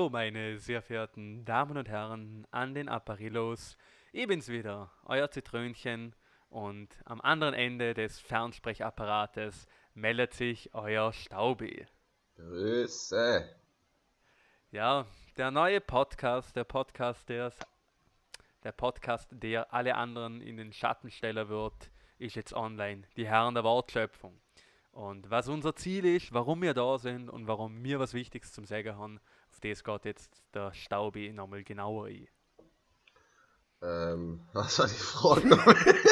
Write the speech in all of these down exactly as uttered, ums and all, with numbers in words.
meine sehr verehrten Damen und Herren an den Apparillos. Ich bin's wieder, euer Zitrönchen, und am anderen Ende des Fernsprechapparates meldet sich euer Staubi. Grüße. Ja, der neue Podcast, der Podcast, der, der Podcast, der alle anderen in den Schatten stellen wird, ist jetzt online. Die Herren der Wortschöpfung. Und was unser Ziel ist, warum wir da sind und warum wir was Wichtiges zum Sagen haben, auf das geht jetzt der Staubi nochmal genauer ein. Ähm, was war die Frage noch?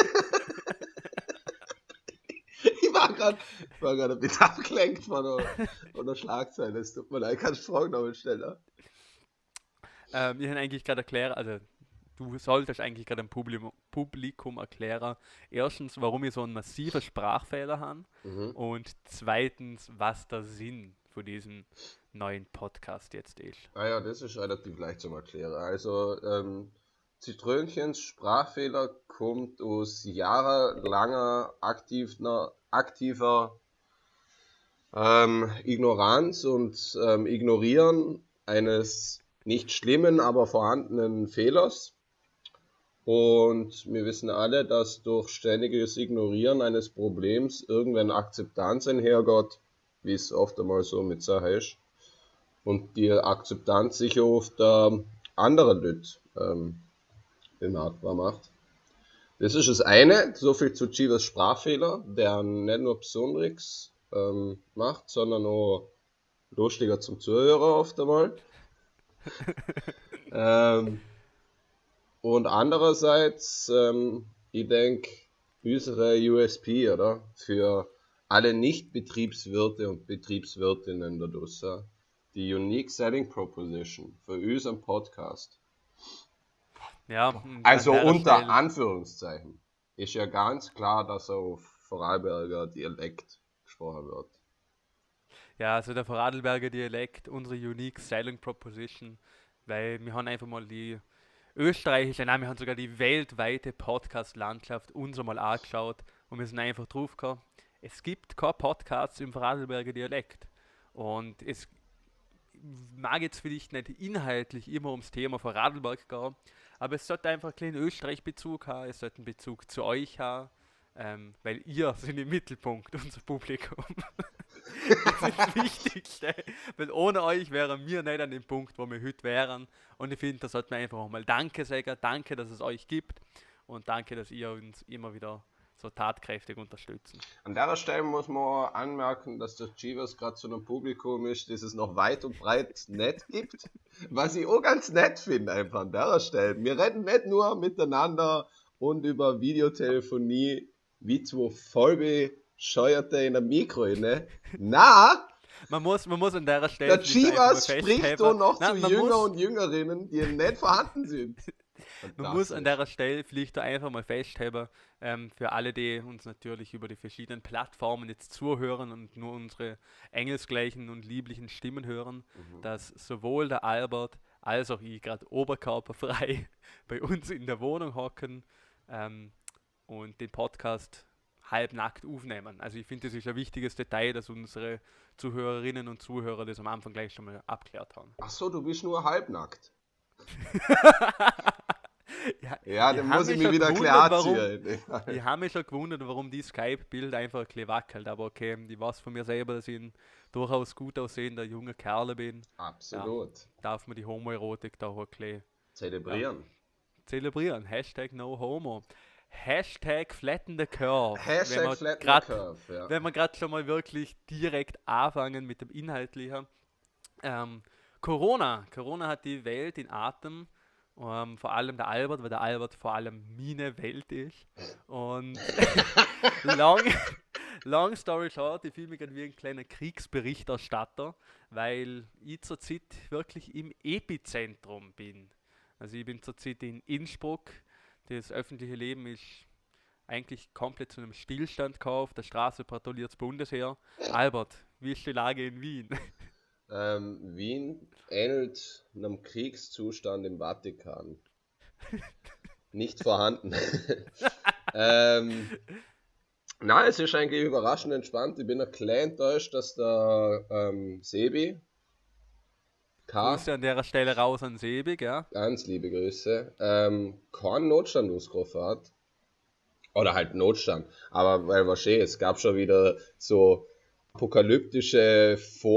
Ich war gerade war grad ein bisschen abgelenkt von der, von der Schlagzeile. Es tut mir leid, kannst du die Frage noch stellen? Ähm, ich habe eigentlich gerade erklärt, also du solltest eigentlich gerade dem Publikum, Publikum erklären, erstens, warum wir so einen massiven Sprachfehler haben Mhm. und zweitens, was der Sinn von diesem neuen Podcast jetzt ist. Ah ja, das ist relativ leicht zum Erklären. Also, ähm, Zitrönchens Sprachfehler kommt aus jahrelanger aktiver, aktiver ähm, Ignoranz und ähm, Ignorieren eines nicht schlimmen, aber vorhandenen Fehlers. Und wir wissen alle, dass durch ständiges Ignorieren eines Problems irgendwann Akzeptanz einhergeht, wie es oft einmal so mit Sache ist. Und die Akzeptanz sich auf der anderen Leute ähm, bemerkbar macht. Das ist das eine, so viel zu Chivas Sprachfehler, der nicht nur Besonderes ähm, macht, sondern auch lustiger zum Zuhörer oft einmal. ähm, und andererseits, ähm, ich denke, unsere U S P, oder? Für alle Nicht-Betriebswirte und Betriebswirtinnen da draußen, die Unique Selling Proposition für unseren Podcast. Ja, und Also an der unter Stelle, Anführungszeichen ist ja ganz klar, dass auf Vorarlberger Dialekt gesprochen wird. ja, also der Vorarlberger Dialekt, unsere Unique Selling Proposition, weil wir haben einfach mal die österreichische, nein, wir haben sogar die weltweite Podcast-Landschaft uns einmal angeschaut und wir sind einfach drauf gekommen, es gibt keine Podcasts im Vorarlberger Dialekt. Und es mag jetzt vielleicht nicht inhaltlich immer ums Thema Vorarlberg gehen, aber es sollte einfach einen kleinen Österreich-Bezug haben, es sollte einen Bezug zu euch haben, ähm, weil ihr seid im Mittelpunkt, unser Publikum. Das ist das Wichtigste, weil ohne euch wären wir nicht an dem Punkt, wo wir heute wären. Und ich finde, da sollte man einfach auch mal Danke sagen, danke, dass es euch gibt und danke, dass ihr uns immer wieder so tatkräftig unterstützen. An der Stelle muss man anmerken, dass der Chivas gerade zu einem Publikum ist, das es noch weit und breit nicht gibt. Was ich auch ganz nett finde, einfach an der Stelle. Wir reden nicht nur miteinander und über Videotelefonie wie zwei vollbescheuerte in einem Mikro, ne? Na! Man muss, man muss an der Stelle Der vielleicht einfach mal Chivas spricht festheben. doch noch Nein, zu man Jünger muss, und Jüngerinnen, die nicht vorhanden sind. Man muss an Fantastisch. der Stelle vielleicht da einfach mal festheben, ähm, für alle, die uns natürlich über die verschiedenen Plattformen jetzt zuhören und nur unsere engelsgleichen und lieblichen Stimmen hören, Mhm. dass sowohl der Albert als auch ich gerade oberkörperfrei bei uns in der Wohnung hocken ähm, und den Podcast halbnackt aufnehmen. Also ich finde, das ist ein wichtiges Detail, dass unsere Zuhörerinnen und Zuhörer das am Anfang gleich schon mal abklärt haben. Ach so, du bist nur halbnackt. Ja, Ja, ich dann habe muss ich mich mich schon wieder gewundert, warum, klar ziehen. ich habe mich schon gewundert, warum die Skype-Bild einfach ein bisschen wackelt. Aber okay, ich weiß von mir selber, dass ich ein durchaus gut aussehender junger Kerl bin. Ja, Absolut. darf man die Homoerotik da auch ein bisschen, ja, Zelebrieren. zelebrieren. Hashtag no homo. Hashtag flatten the curve. Wenn Hashtag wir flatten the grad, curve, ja. wenn wir gerade schon mal wirklich direkt anfangen mit dem Inhaltlichen. Ähm, Corona. Corona hat die Welt in Atem. Ähm, vor allem der Albert, weil der Albert vor allem meine Welt ist. Und long, long story short, ich fühle mich gerade wie ein kleiner Kriegsberichterstatter, weil ich zurzeit wirklich im Epizentrum bin. Also ich bin zurzeit in Innsbruck. Das öffentliche Leben ist eigentlich komplett zu einem Stillstand gekommen. Auf der Straße patrouilliert das Bundesheer. Albert, wie ist die Lage in Wien? Ähm, Wien ähnelt einem Kriegszustand im Vatikan. Nicht vorhanden. ähm, na, es ist eigentlich überraschend entspannt. Ich bin ein klein enttäuscht, dass der ähm, Sebi, K. Grüße an der Stelle raus an Sebig, ja. Ganz liebe Grüße. Ähm, keinen Notstand ausgerufen hat. Oder halt Notstand. Aber weil wahrscheinlich, es gab schon wieder so apokalyptische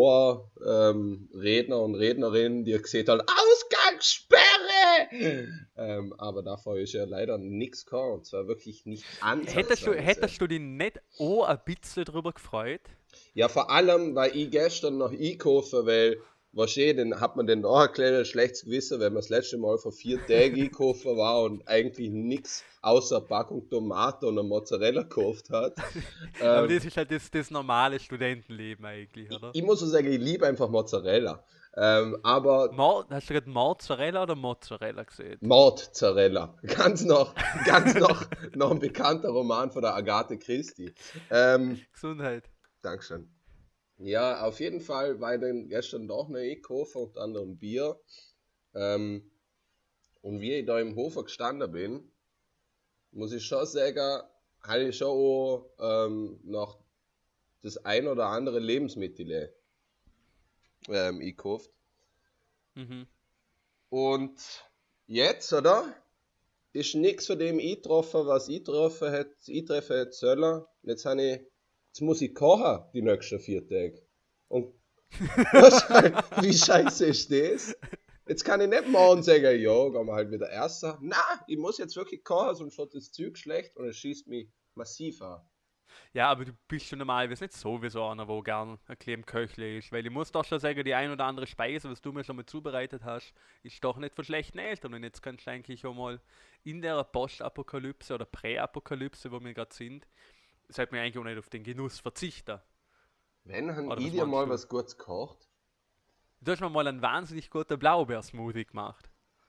Vorredner ähm, und Rednerinnen, die gesehen haben, Ausgangssperre! ähm, aber davor ist ja leider nichts gekommen. Und zwar wirklich nicht ansatzweise. Hättest du, hättest du dich nicht auch ein bisschen drüber gefreut? Ja, vor allem, weil ich gestern noch einkaufen, weil wahrscheinlich den, hat man den auch ein kleines schlechtes Gewissen, wenn man das letzte Mal vor vier Tagen einkaufen war und eigentlich nichts außer Packung Tomate und eine Mozzarella gekauft hat. Aber ähm, das ist halt das, das normale Studentenleben eigentlich, oder? ich, ich muss so sagen, ich liebe einfach Mozzarella. Ähm, aber Mo- Hast du gerade Mozzarella oder Mozzarella gesehen? Mordzarella, ganz noch, ganz noch, noch ein bekannter Roman von der Agathe Christie. Ähm, Gesundheit. Dankeschön. Ja, auf jeden Fall war ich dann gestern doch noch einkaufen, unter anderem Bier. Ähm, und wie ich da im Hofer gestanden bin, muss ich schon sagen, habe ich schon auch, ähm, noch das ein oder andere Lebensmittel ähm, gekauft. Mhm. Und jetzt, oder? Ist nichts von dem eingetroffen, was eintreffen hätte, eintreffen hätte sollen. Jetzt habe ich, jetzt muss ich kochen, die nächsten vier Tage. Und was, wie scheiße ist das? Jetzt kann ich nicht morgen sagen, ja, gehen wir halt wieder essen. Nein, ich muss jetzt wirklich kochen, sonst wird das Zeug schlecht und es schießt mich massiv an. Ja, aber du bist schon normalerweise nicht sowieso einer, wo gern ein kleines Köchle ist. Weil ich muss doch schon sagen, die ein oder andere Speise, was du mir schon mal zubereitet hast, ist doch nicht von schlechten Eltern. Und jetzt kannst du eigentlich schon mal in der Postapokalypse oder Präapokalypse, wo wir gerade sind, sollte man eigentlich auch nicht auf den Genuss verzichten. Wenn han Oder ich was dir meinst mal du? was Gutes kocht? Du hast mir mal einen wahnsinnig guten Blaubeersmoothie gemacht.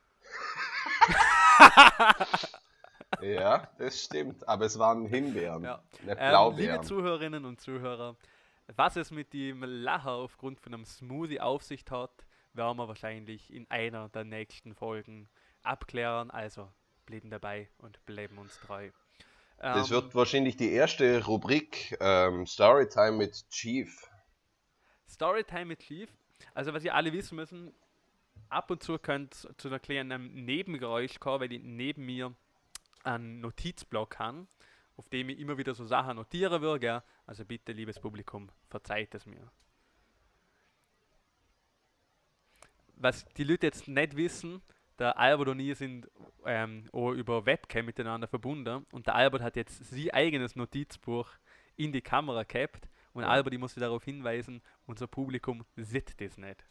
Ja, das stimmt. Aber es waren Himbeeren, Ja. nicht Ähm, liebe Blaubeeren. Zuhörerinnen und Zuhörer, was es mit dem Lacher aufgrund von einem Smoothie auf sich hat, werden wir wahrscheinlich in einer der nächsten Folgen abklären. Also bleiben dabei und bleiben uns treu. Das Ähm, wird wahrscheinlich die erste Rubrik ähm, Storytime mit Chief. Storytime mit Chief. Also was ihr alle wissen müssen, ab und zu könnt zu einer kleinen Nebengeräusch kommen, weil ich neben mir einen Notizblock habe, auf dem ich immer wieder so Sachen notieren würde. Gell? Also bitte, liebes Publikum, verzeiht es mir. Was die Leute jetzt nicht wissen, der Albert und ich sind ähm, auch über Webcam miteinander verbunden und der Albert hat jetzt sein eigenes Notizbuch in die Kamera gehabt und Ja. Albert, ich muss dir darauf hinweisen, unser Publikum sieht das nicht.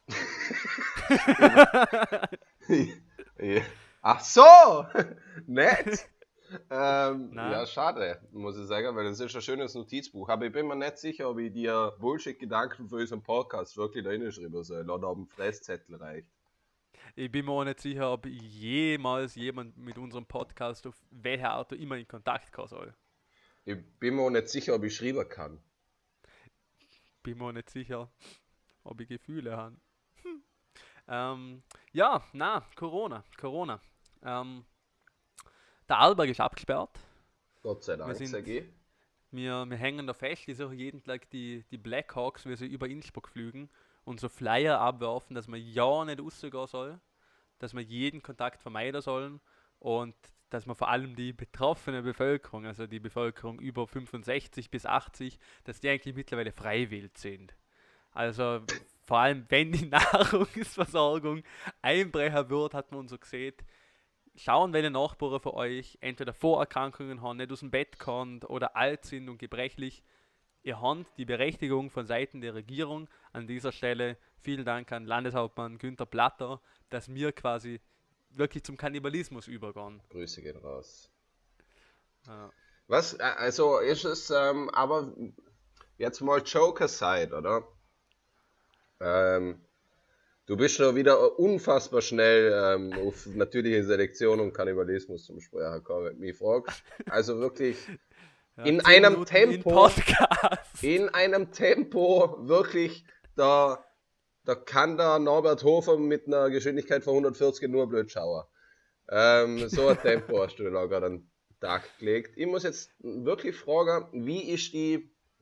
Ja. Ach so! Nett! ähm, Nein. ja, schade, muss ich sagen, weil das ist ein schönes Notizbuch. Aber ich bin mir nicht sicher, ob ich dir Bullshit-Gedanken für unseren Podcast wirklich da hinschreiben soll oder ob ein Fresszettel reicht. Ich bin mir auch nicht sicher, ob jemals jemand mit unserem Podcast auf welche Art auch immer in Kontakt kommen soll. Ich bin mir auch nicht sicher, ob ich schreiben kann. Bin mir auch nicht sicher, ob ich Gefühle habe. Hm. Ähm, ja, na, Corona, Corona. Ähm, der Arlberg ist abgesperrt. Gott sei Dank, Wir sind- sage ich. Wir, wir hängen da fest, die suchen jeden Tag die, die Blackhawks, wie sie über Innsbruck fliegen und so Flyer abwerfen, dass man ja nicht rausgehen soll, dass wir jeden Kontakt vermeiden sollen und dass man vor allem die betroffene Bevölkerung, also die Bevölkerung über fünfundsechzig bis achtzig, dass die eigentlich mittlerweile freiwillig sind. Also vor allem, wenn die Nahrungsversorgung einbrechen wird, hat man uns so gesehen, schauen, welche Nachbarn von euch entweder Vorerkrankungen haben, nicht aus dem Bett kommen oder alt sind und gebrechlich. Ihr habt die Berechtigung von Seiten der Regierung. An dieser Stelle vielen Dank an Landeshauptmann Günther Platter, dass wir quasi wirklich zum Kannibalismus übergehen. Grüße gehen raus. Ja. Was, äh, also ist es, ähm, aber jetzt mal Joker-Side, oder? Ähm, du bist schon wieder unfassbar schnell ähm, auf natürliche Selektion und Kannibalismus zum Sprechen gekommen, wenn du mich fragst. Also wirklich Ja, in zehn einem Minuten in Tempo, Podcast. in einem Tempo wirklich, da, da kann der Norbert Hofer mit einer Geschwindigkeit von hundertvierzig nur blöd schauen. Ähm, so ein Tempo hast du da gerade an den Tag gelegt. Ich muss jetzt wirklich fragen, wie ist die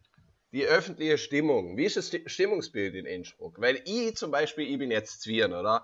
die öffentliche Stimmung. Wie ist das Stimmungsbild in Innsbruck? Weil ich zum Beispiel, ich bin jetzt Zwirn, oder?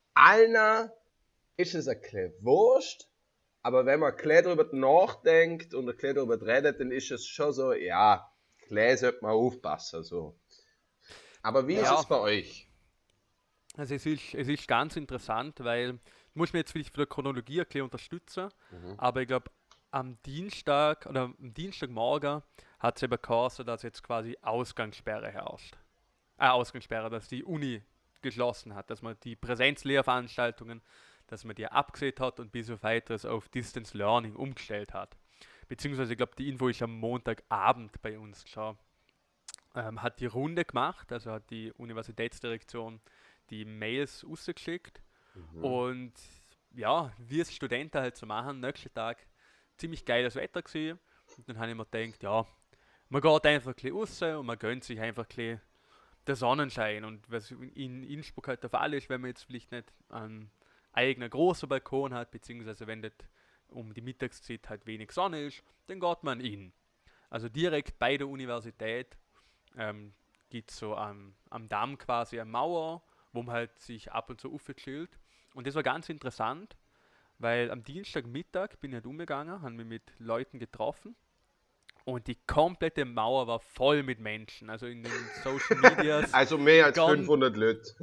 Allen ist es ein bisschen wurscht, aber wenn man klar drüber nachdenkt und klar drüber redet, dann ist es schon so, ja, klar sollte man aufpassen, so. Aber wie ist Ja, es bei euch? also es ist, es ist ganz interessant, weil, ich muss mir jetzt vielleicht von der Chronologie ein bisschen unterstützen, Mhm. aber ich glaube, am Dienstag oder am Dienstagmorgen hat es eben geheißen, dass jetzt quasi Ausgangssperre herrscht. Äh, Ausgangssperre, dass die Uni geschlossen hat, dass man die Präsenzlehrveranstaltungen, dass man die abgesehen hat und bis auf weiteres auf Distance Learning umgestellt hat. Beziehungsweise, ich glaube, die Info ist am Montagabend bei uns schon. Ähm, hat die Runde gemacht, also hat die Universitätsdirektion die Mails rausgeschickt Mhm. und ja, wie es Studenten halt so machen, nächsten Tag ziemlich geiles Wetter gewesen und dann habe ich mir gedacht, ja, man geht einfach ein bisschen raus und man gönnt sich einfach ein bisschen der Sonnenschein. Und was in Innsbruck halt der Fall ist, wenn man jetzt vielleicht nicht einen eigenen großen Balkon hat, beziehungsweise wenn das um die Mittagszeit halt wenig Sonne ist, dann geht man in. Also direkt bei der Universität ähm, gibt es so am, am Damm quasi eine Mauer, wo man halt sich ab und zu aufchillt. Und das war ganz interessant, weil am Dienstagmittag bin ich halt umgegangen, habe mich mit Leuten getroffen und die komplette Mauer war voll mit Menschen. Also in den Social Medias. Also mehr als Ganz, fünfhundert Leute.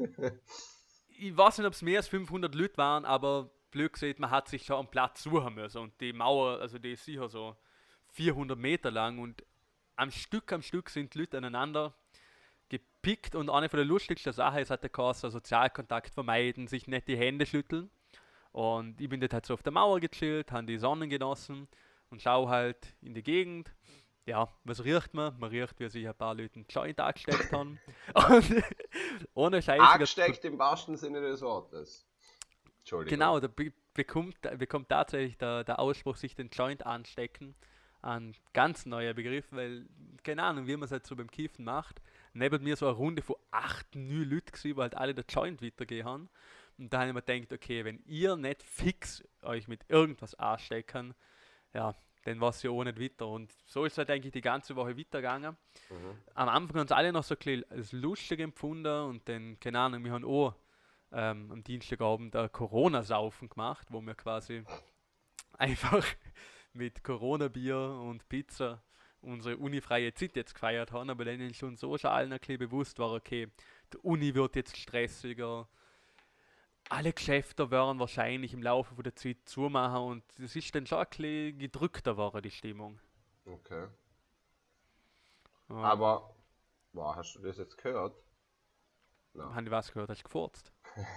ich weiß nicht, ob es mehr als fünfhundert Leute waren, aber blöd gesagt, man hat sich schon einen Platz suchen müssen. Und die Mauer, also die ist sicher so vierhundert Meter lang und am Stück am Stück sind die Leute aneinander gepickt. Und eine von der lustigsten Sachen ist, hat der Kurs Sozialkontakt vermeiden, sich nicht die Hände schütteln. Und ich bin dort halt so auf der Mauer gechillt, habe die Sonne genossen und schaue halt in die Gegend. Ja, was riecht man? Man riecht, wie sich ein paar Leute einen Joint angesteckt haben. Und ohne Scheiße, Angesteckt im wahrsten Sinne des Wortes. Entschuldigung. genau, da be bekommt, bekommt tatsächlich der, der Ausspruch, sich den Joint anstecken, ein ganz neuer Begriff, weil, keine Ahnung, wie man es halt so beim Kiffen macht. Neben mir so eine Runde von acht, neun Leuten gewesen, wo halt alle der Joint weitergehen haben. Und da habe ich mir gedacht, okay, wenn ihr nicht fix euch mit irgendwas anstecken, ja, dann war es ja auch nicht weiter. Und so ist es halt eigentlich die ganze Woche weitergegangen. Mhm. Am Anfang haben es alle noch so ein bisschen als lustig empfunden und dann, keine Ahnung, wir haben auch ähm, am Dienstagabend ein Corona-Saufen gemacht, wo wir quasi einfach mit Corona-Bier und Pizza unsere unifreie Zeit jetzt gefeiert haben, aber dann ist schon so schon allen ein bisschen bewusst war, okay, die Uni wird jetzt stressiger, alle Geschäfte werden wahrscheinlich im Laufe von der Zeit zumachen und es ist dann schon ein bisschen gedrückter war die Stimmung. Okay. Ja, Aber, boah, hast du das jetzt gehört? Na. haben die was gehört? Hast du gefurzt?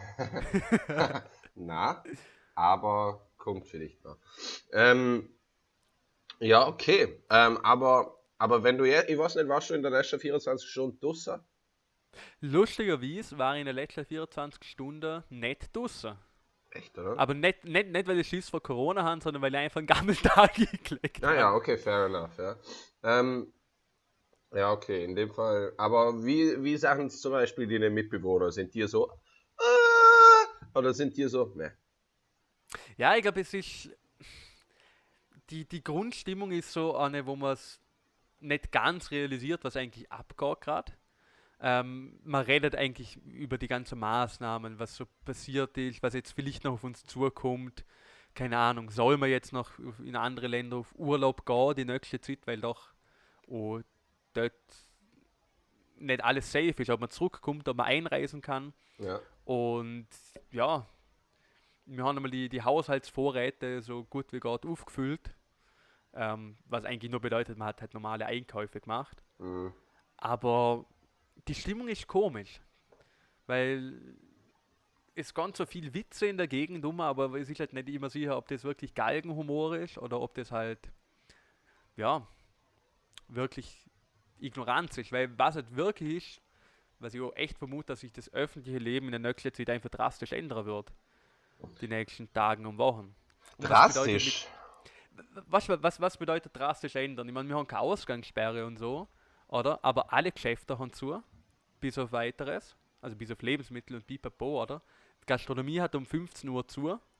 Na, aber kommt vielleicht noch. Ähm, ja, okay. Ähm, aber, aber wenn du jetzt, ich weiß nicht, warst du in der letzten vierundzwanzig Stunden draußen? Lustigerweise war ich in den letzten vierundzwanzig Stunden nicht draußen. Echt, oder? Aber nicht, nicht, nicht weil ich Schiss vor Corona habe, sondern weil ich einfach einen Gammeltag eingelegt Ja, ja, habe. okay, fair enough, ja. Ähm, ja, okay, in dem Fall. Aber wie, wie sagen es zum Beispiel deine Mitbewohner? Sind die so, äh, oder sind die so, ne? Ja, ich glaube, es ist. Die, die Grundstimmung ist so eine, wo man es nicht ganz realisiert, was eigentlich abgeht gerade. Ähm, man redet eigentlich über die ganzen Maßnahmen, was so passiert ist, was jetzt vielleicht noch auf uns zukommt. Keine Ahnung, soll man jetzt noch in andere Länder auf Urlaub gehen, die nächste Zeit, weil doch oh, dort nicht alles safe ist, ob man zurückkommt, ob man einreisen kann. Ja. Und ja, wir haben einmal die, die Haushaltsvorräte so gut wie geht aufgefüllt, ähm, was eigentlich nur bedeutet, man hat halt normale Einkäufe gemacht. Mhm. Aber die Stimmung ist komisch, weil es ganz so viel Witze in der Gegend um, aber es ist halt nicht immer sicher, ob das wirklich Galgenhumor ist oder ob das halt, ja, wirklich Ignoranz ist. Weil was halt wirklich ist, was ich auch echt vermute, dass sich das öffentliche Leben in der nächsten Zeit einfach drastisch ändern wird. Die nächsten Tagen und Wochen. Und was bedeutet mit, Drastisch. was, was, was bedeutet drastisch ändern? Ich meine, wir haben keine Ausgangssperre und so, oder? Aber alle Geschäfte haben zu, bis auf weiteres, also bis auf Lebensmittel und Pipapo, oder? Die Gastronomie hat um fünfzehn Uhr zu,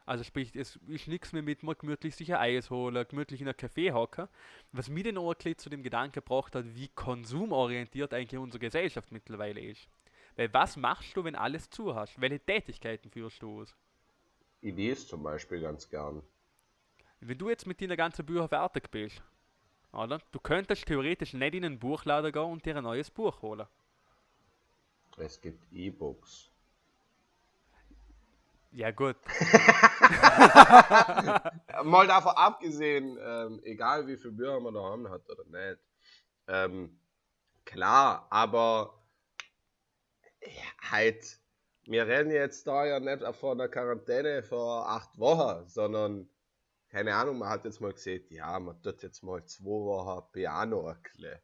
Also sprich, es ist nichts mehr mit mal gemütlich sich ein Eis holen, gemütlich in einen Café hocken. Was mich dann auch ein bisschen zu dem Gedanken gebracht hat, wie konsumorientiert eigentlich unsere Gesellschaft mittlerweile ist. Weil was machst du, wenn alles zu hast? Welche Tätigkeiten führst du aus? Ich lese zum Beispiel ganz gern. Wenn du jetzt mit deiner ganzen Bücher fertig bist, oder? Du könntest theoretisch nicht in einen Buchladen gehen und dir ein neues Buch holen. Es gibt E-Books. Ja gut. Mal davon abgesehen, ähm, egal wie viele Bücher man daheim hat oder nicht. Ähm, klar, aber ja, halt, wir reden jetzt da ja nicht von der Quarantäne vor acht Wochen, sondern, keine Ahnung, man hat jetzt mal gesehen, ja, man tut jetzt mal zwei Wochen Piano erklären.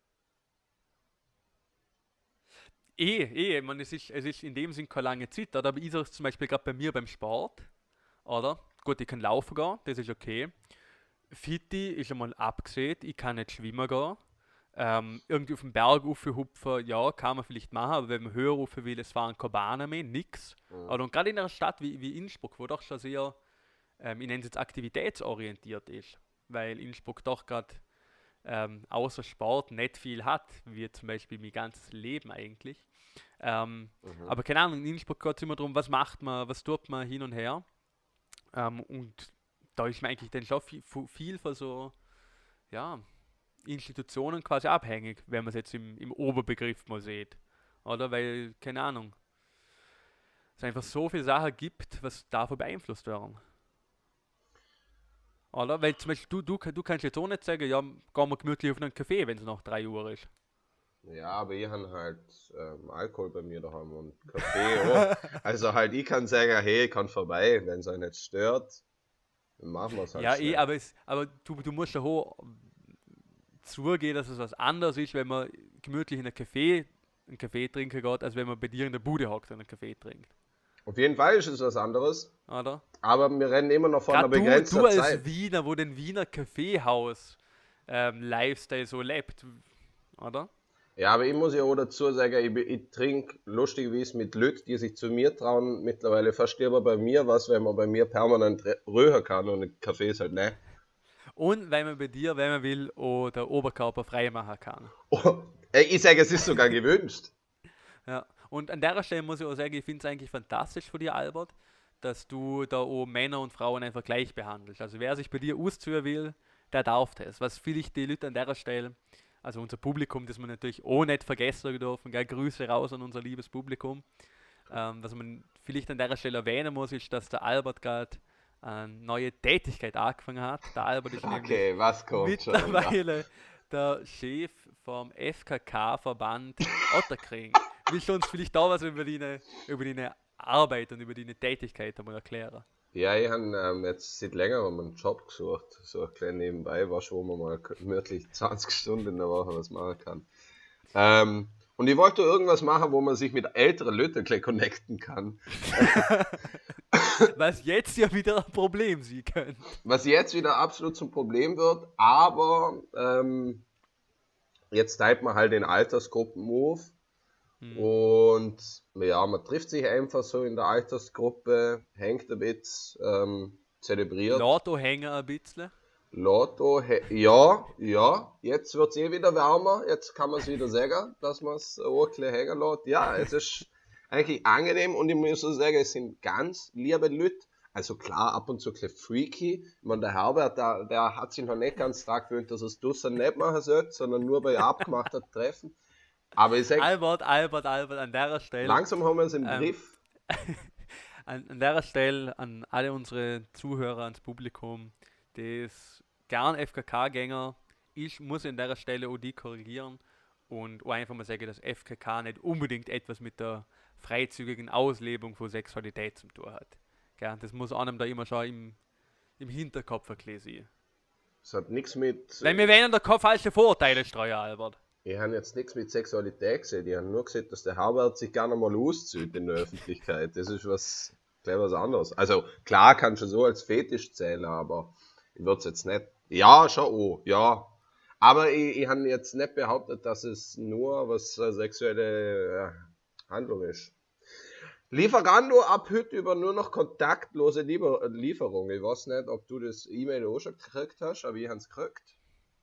Eh, eh, ich meine, es ist, es ist in dem Sinn keine lange Zeit, oder? Aber ich sage es zum Beispiel gerade bei mir beim Sport, oder? Gut, ich kann laufen gehen, das ist okay. Fitti ist einmal abgesehen, ich kann nicht schwimmen gehen. Ähm, irgendwie auf den Berg raufhupfen, ja, kann man vielleicht machen, aber wenn man höher rauf will, es fahren keine Bahnen mehr, nix. Mhm. Oder und gerade in einer Stadt wie, wie Innsbruck, wo doch schon sehr, ähm, ich nenne es jetzt aktivitätsorientiert ist, weil Innsbruck doch gerade ähm, außer Sport nicht viel hat, wie zum Beispiel mein ganzes Leben eigentlich. Ähm, Mhm. aber keine Ahnung, in Innsbruck geht es immer darum, was macht man, was tut man hin und her. Ähm, und da ist man eigentlich dann schon viel, viel von so, ja, Institutionen quasi abhängig, wenn man es jetzt im, im Oberbegriff mal sieht. Oder? Weil, keine Ahnung, es einfach so viele Sachen gibt, was davon beeinflusst werden. Oder? Weil zum Beispiel, du, du, du kannst jetzt auch nicht sagen, ja, gehen wir gemütlich auf einen Café, wenn es nach drei Uhr ist. Ja, aber ich habe halt ähm, Alkohol bei mir daheim und Kaffee auch. Also halt, ich kann sagen, hey, ich kann vorbei, wenn es euch nicht stört, dann machen wir es halt Ja, eh, schnell. aber, es, aber du, du musst ja hoch zugehen, dass es was anderes ist, wenn man gemütlich in einem Café einen Kaffee trinken geht, als wenn man bei dir in der Bude hockt und einen Kaffee trinkt. Auf jeden Fall ist es was anderes, Oder? aber wir rennen immer noch von einer Gerade du, begrenzten du als Zeit. Wiener, wo den Wiener Kaffeehaus ähm, Lifestyle so lebt, oder? Ja, aber ich muss ja auch dazu sagen, ich, ich trinke lustigerweise mit Leuten, die sich zu mir trauen, mittlerweile fast lieber bei mir was, wenn man bei mir permanent röhren kann und ein Kaffee ist halt nicht. Und weil man bei dir, wenn man will, auch der Oberkörper frei machen kann. Oh, ich sage, es ist sogar gewünscht. Ja. Und an der Stelle muss ich auch sagen, ich finde es eigentlich fantastisch von dir, Albert, dass du da auch Männer und Frauen einfach gleich behandelst. Also wer sich bei dir ausziehen will, der darf das. Was vielleicht die Leute an der Stelle, also unser Publikum, das man natürlich auch nicht vergessen dürfen, gell? Grüße raus an unser liebes Publikum. Ähm, was man vielleicht an der Stelle erwähnen muss, ist, dass der Albert gerade eine neue Tätigkeit angefangen hat. Der Albert ist Okay, nämlich was kommt schon? mittlerweile der Chef vom F K K-Verband Otterkring. Willst du uns vielleicht da was über deine, über deine Arbeit und über deine Tätigkeit einmal erklären? Ja, ich habe ähm, jetzt seit längerem einen Job gesucht, so ein klein nebenbei, was wo man mal gemütlich zwanzig Stunden in der Woche was machen kann. Ähm, und ich wollte irgendwas machen, wo man sich mit älteren Leuten gleich connecten kann. Was jetzt ja wieder ein Problem sein könnte. Was jetzt wieder absolut zum Problem wird, aber ähm, jetzt teilt man halt den Altersgruppen auf. Hm. Und ja, man trifft sich einfach so in der Altersgruppe, hängt ein bisschen, ähm, zelebriert. Lotto hängen ein bisschen. Lotto, ja, ja, jetzt wird es eh wieder wärmer, jetzt kann man es wieder sagen, dass man es auch ein bisschen hängen lässt. Ja, es ist eigentlich angenehm und ich muss so sagen, es sind ganz liebe Leute. Also klar, ab und zu ein bisschen freaky. Ich meine, der Herbert, der, der hat sich noch nicht ganz daran gewöhnt, dass er es draussen nicht machen sollte, sondern nur bei abgemachten Treffen. Aber ich sag, Albert, Albert, Albert, an der Stelle. Langsam haben wir es im ähm, Griff. an, an der Stelle an alle unsere Zuhörer, ans Publikum, das gern F K K-Gänger, ich muss an der Stelle auch die korrigieren und auch einfach mal sagen, dass F K K nicht unbedingt etwas mit der freizügigen Auslebung von Sexualität zu tun hat. Gell? Das muss einem da immer schon im, im Hinterkopf erklären sein. Es hat nichts mit. Weil wir werden da keine falschen Vorteile streuen, Albert. Ich habe jetzt nichts mit Sexualität gesehen. Ich habe nur gesehen, dass der Herbert sich gerne mal auszieht in der Öffentlichkeit. Das ist was, gleich was anderes. Also klar kann schon so als Fetisch zählen, aber ich würde es jetzt nicht. Ja, schon auch, ja. Aber ich, ich habe jetzt nicht behauptet, dass es nur was äh, sexuelle äh, Handlung ist. Lieferando ab heute über nur noch kontaktlose Liefer Lieferung. Ich weiß nicht, ob du das E-Mail auch schon gekriegt hast, aber ich habe es gekriegt.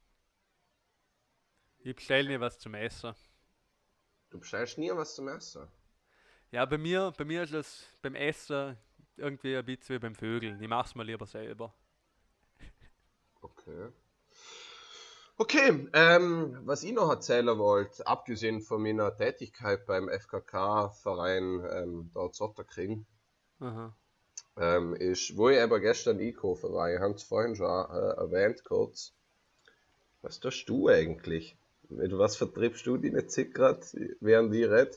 Ich bestelle mir was zum Essen. Du bestellst nie was zum Essen. Ja, bei mir, bei mir ist es beim Essen irgendwie ein bisschen wie beim Vögeln. Ich mach's mal lieber selber. Okay. Okay, ähm, was ich noch erzählen wollte, abgesehen von meiner Tätigkeit beim F K K-Verein ähm, dort Zotterkring, Aha. ähm, ist, wo ich aber gestern einkaufen war, ich habe es vorhin schon äh, erwähnt kurz. Was tust du eigentlich? Mit was vertriebst du deine Zeit gerade, während ich rede?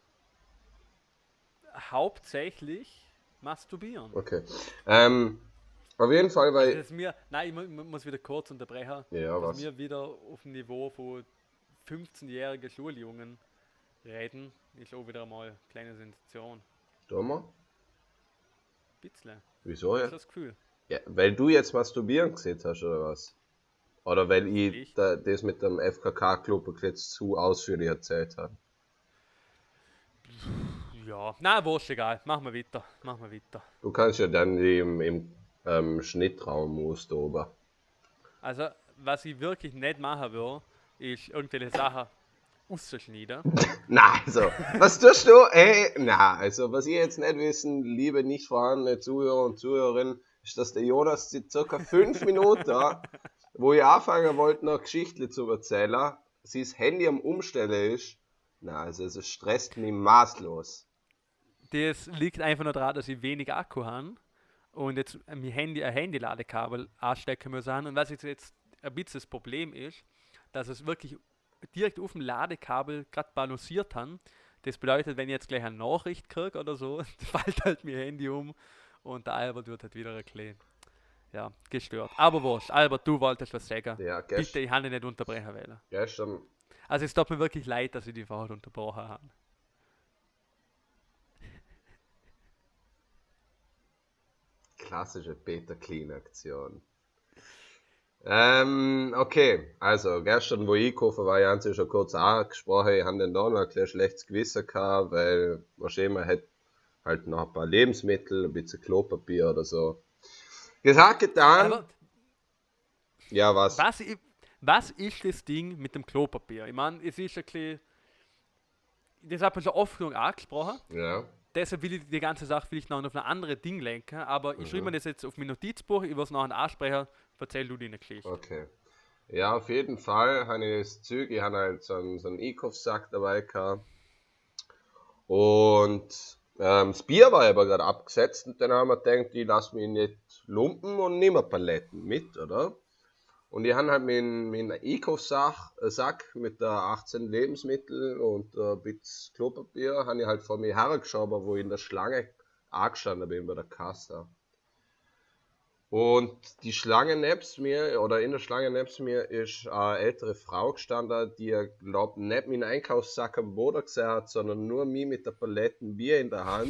Hauptsächlich masturbieren. Okay. Ähm, auf jeden Fall, Also weil. das ist mir, nein, ich mu- muss wieder kurz unterbrechen, Ja, dass was? wir wieder auf dem Niveau von fünfzehnjährigen Schuljungen reden, ist auch wieder einmal eine kleine Sensation. Tun wir? Bisschen. Wieso Hast ja? du das Gefühl? Ja, weil du jetzt masturbieren gesehen hast, oder was? Oder weil ich Vielleicht. da, das mit dem F K K-Club jetzt zu ausführlich erzählt habe. Ja, na, wurscht, egal. Machen wir weiter. Machen wir weiter. Du kannst ja dann die im, im ähm, Schnittraum austoben. Also, was ich wirklich nicht machen will, ist irgendwelche Sachen rausschneiden. Na, also, was tust du? Ey, na, also, was ihr jetzt nicht wissen, liebe nicht vorhandene Zuhörer und Zuhörerinnen, ist, dass der Jonas seit circa fünf Minuten, wo ich anfangen wollte, noch Geschichte zu erzählen, sein Handy am Umstellen ist. Na, also, es stresst mich maßlos. Das liegt einfach nur daran, dass ich wenig Akku habe und jetzt mein Handy ein Handy-Ladekabel anstecken muss an. Und was jetzt ein bisschen das Problem ist, dass es wirklich direkt auf dem Ladekabel gerade balanciert haben. Das bedeutet, wenn ich jetzt gleich eine Nachricht kriege oder so, fällt halt mein Handy um und der Albert wird halt wieder erklären. Ja, gestört. Aber wurscht. Albert, du wolltest was sagen. Ja, Bitte, gest ich habe dich nicht unterbrechen wollen. gestern, Also es tut mir wirklich leid, dass ich die vorher unterbrochen habe. klassische Peter Clean-Aktion. Ähm, okay, also gestern, wo ich einkaufen war, haben sie schon kurz angesprochen, ich habe dann da noch ein kleines schlechtes Gewissen gehabt, weil wahrscheinlich man hätte halt noch ein paar Lebensmittel, ein bisschen Klopapier oder so. Gesagt, getan. Aber Ja, was? was, i- was ist das Ding mit dem Klopapier? Ich meine, es ist ein bisschen, das hat man schon oft genug angesprochen. Ja. Deshalb will ich die ganze Sache vielleicht noch auf ein anderes Ding lenken, aber ich schreibe Mhm. mir das jetzt auf mein Notizbuch, ich will es nachher ansprechen, erzähl du deine Geschichte. Okay. Ja, auf jeden Fall habe ich das Zeug, ich habe halt so einen, so einen Einkaufssack dabei gehabt. Und ähm, das Bier war aber gerade abgesetzt und dann haben wir gedacht, ich lasse mich nicht lumpen und nehme Paletten mit, oder? Und ich habe halt meinen mein Einkaufssack äh, Sack mit der achtzehn Lebensmittel und ein bisschen Klopapier, habe ich halt vor mir hergeschoben, wo ich in der Schlange angestanden bin bei der Kasse. Und die Schlange nebst mir, oder in der Schlange nebst mir, ist eine ältere Frau gestanden, die, glaub, nicht meinen Einkaufssack am Boden gesehen hat, sondern nur mich mit der Paletten Bier in der Hand.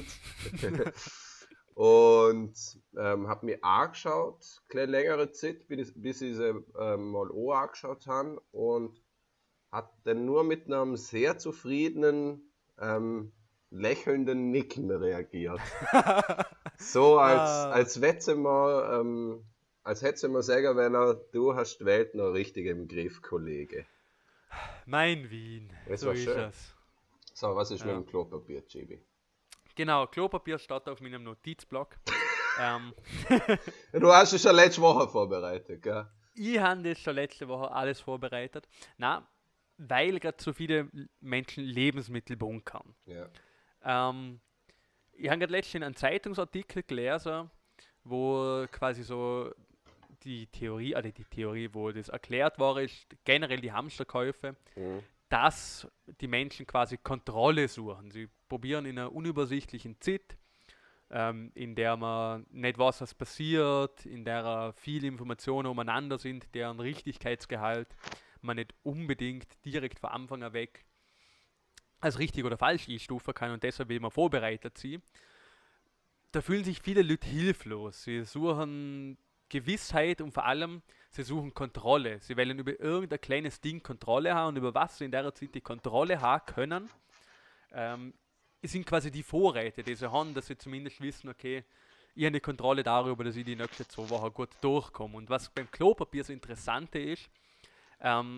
Und ähm, habe mir angeschaut, eine längere Zeit, bis, bis ich sie ähm, mal auch angeschaut habe. Und hat dann nur mit einem sehr zufriedenen, ähm, lächelnden Nicken reagiert. So als, Ah. als hätte man, ähm, als hätte man sagen wollen, du hast die Welt noch richtig im Griff, Kollege. Mein Wien, Das so war ist schön. es. So, was ist Ja. mit dem Klopapier, Chibi? Genau, Klopapier steht auf meinem Notizblock. ähm, Du hast es schon letzte Woche vorbereitet, gell? ich habe das schon letzte Woche alles vorbereitet. Na, weil gerade so viele Menschen Lebensmittel bunkern. Ja. Ähm, ich habe gerade letztens einen Zeitungsartikel gelesen, wo quasi so die Theorie, also die Theorie, wo das erklärt war, ist generell die Hamsterkäufe, Mhm. dass die Menschen quasi Kontrolle suchen. Sie probieren in einer unübersichtlichen Zeit, ähm, in der man nicht weiß, was passiert, in der viele Informationen umeinander sind, deren Richtigkeitsgehalt man nicht unbedingt direkt von Anfang an weg als richtig oder falsch einstufen kann und deshalb will man vorbereitet sein. Da fühlen sich viele Leute hilflos. Sie suchen Gewissheit und vor allem, sie suchen Kontrolle. Sie wollen über irgendein kleines Ding Kontrolle haben und über was sie in der Zeit die Kontrolle haben können, ähm, sind quasi die Vorräte, die sie haben, dass sie zumindest wissen, okay, ich habe eine Kontrolle darüber, dass ich die nächsten zwei Wochen gut durchkomme. Und was beim Klopapier so Interessante ist, ähm,